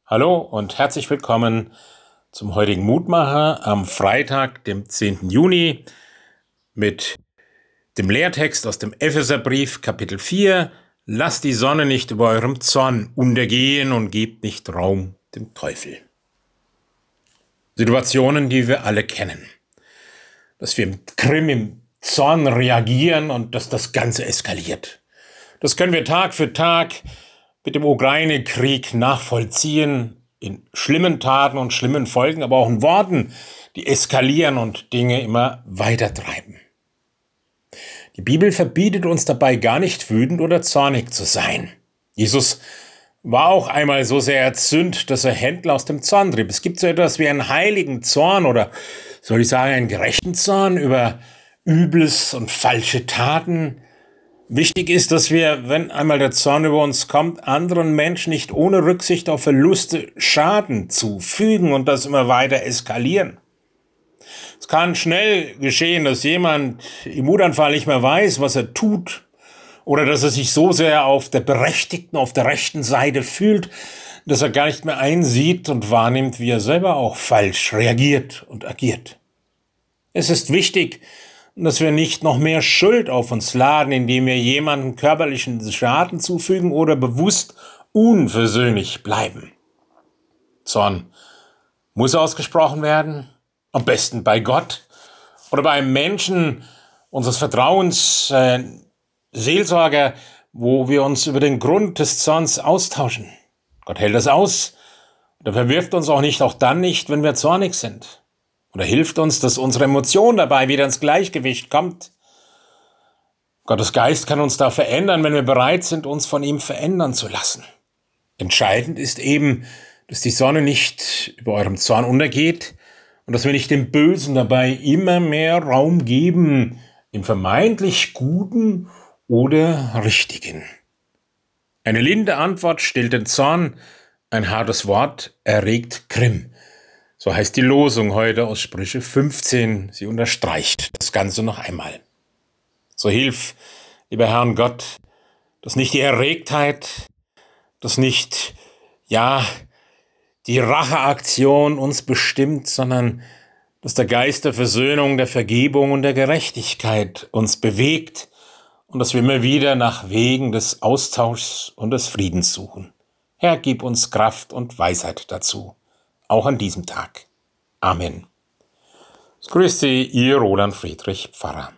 Hallo und herzlich willkommen zum heutigen Mutmacher am Freitag, dem 10. Juni, mit dem Lehrtext aus dem Epheserbrief, Kapitel 4. Lasst die Sonne nicht über eurem Zorn untergehen und gebt nicht Raum dem Teufel. Situationen, die wir alle kennen. Dass wir im Grimm, im Zorn reagieren und dass das Ganze eskaliert. Das können wir Tag für Tag mit dem Ukraine-Krieg nachvollziehen, in schlimmen Taten und schlimmen Folgen, aber auch in Worten, die eskalieren und Dinge immer weiter treiben. Die Bibel verbietet uns dabei gar nicht wütend oder zornig zu sein. Jesus war auch einmal so sehr erzürnt, dass er Händler aus dem Zorn trieb. Es gibt so etwas wie einen heiligen Zorn oder, soll ich sagen, einen gerechten Zorn über Übles und falsche Taten. Wichtig ist, dass wir, wenn einmal der Zorn über uns kommt, anderen Menschen nicht ohne Rücksicht auf Verluste Schaden zufügen und das immer weiter eskalieren. Es kann schnell geschehen, dass jemand im Wutanfall nicht mehr weiß, was er tut, oder dass er sich so sehr auf der berechtigten, auf der rechten Seite fühlt, dass er gar nicht mehr einsieht und wahrnimmt, wie er selber auch falsch reagiert und agiert. Es ist wichtig, dass wir nicht noch mehr Schuld auf uns laden, indem wir jemandem körperlichen Schaden zufügen oder bewusst unversöhnlich bleiben. Zorn muss ausgesprochen werden, am besten bei Gott oder bei einem Menschen unseres Vertrauens, Seelsorger, wo wir uns über den Grund des Zorns austauschen. Gott hält das aus und er verwirft uns auch dann nicht, wenn wir zornig sind. Oder hilft uns, dass unsere Emotion dabei wieder ins Gleichgewicht kommt. Gottes Geist kann uns da verändern, wenn wir bereit sind, uns von ihm verändern zu lassen. Entscheidend ist eben, dass die Sonne nicht über eurem Zorn untergeht und dass wir nicht dem Bösen dabei immer mehr Raum geben, im vermeintlich Guten oder Richtigen. Eine linde Antwort stillt den Zorn, ein hartes Wort erregt Grimm. So heißt die Losung heute aus Sprüche 15. Sie unterstreicht das Ganze noch einmal. So hilf, lieber Herr und Gott, dass nicht die Erregtheit, dass nicht, die Racheaktion uns bestimmt, sondern dass der Geist der Versöhnung, der Vergebung und der Gerechtigkeit uns bewegt und dass wir immer wieder nach Wegen des Austauschs und des Friedens suchen. Herr, gib uns Kraft und Weisheit dazu. Auch an diesem Tag. Amen. Es grüßt Sie, Ihr Roland Friedrich Pfarrer.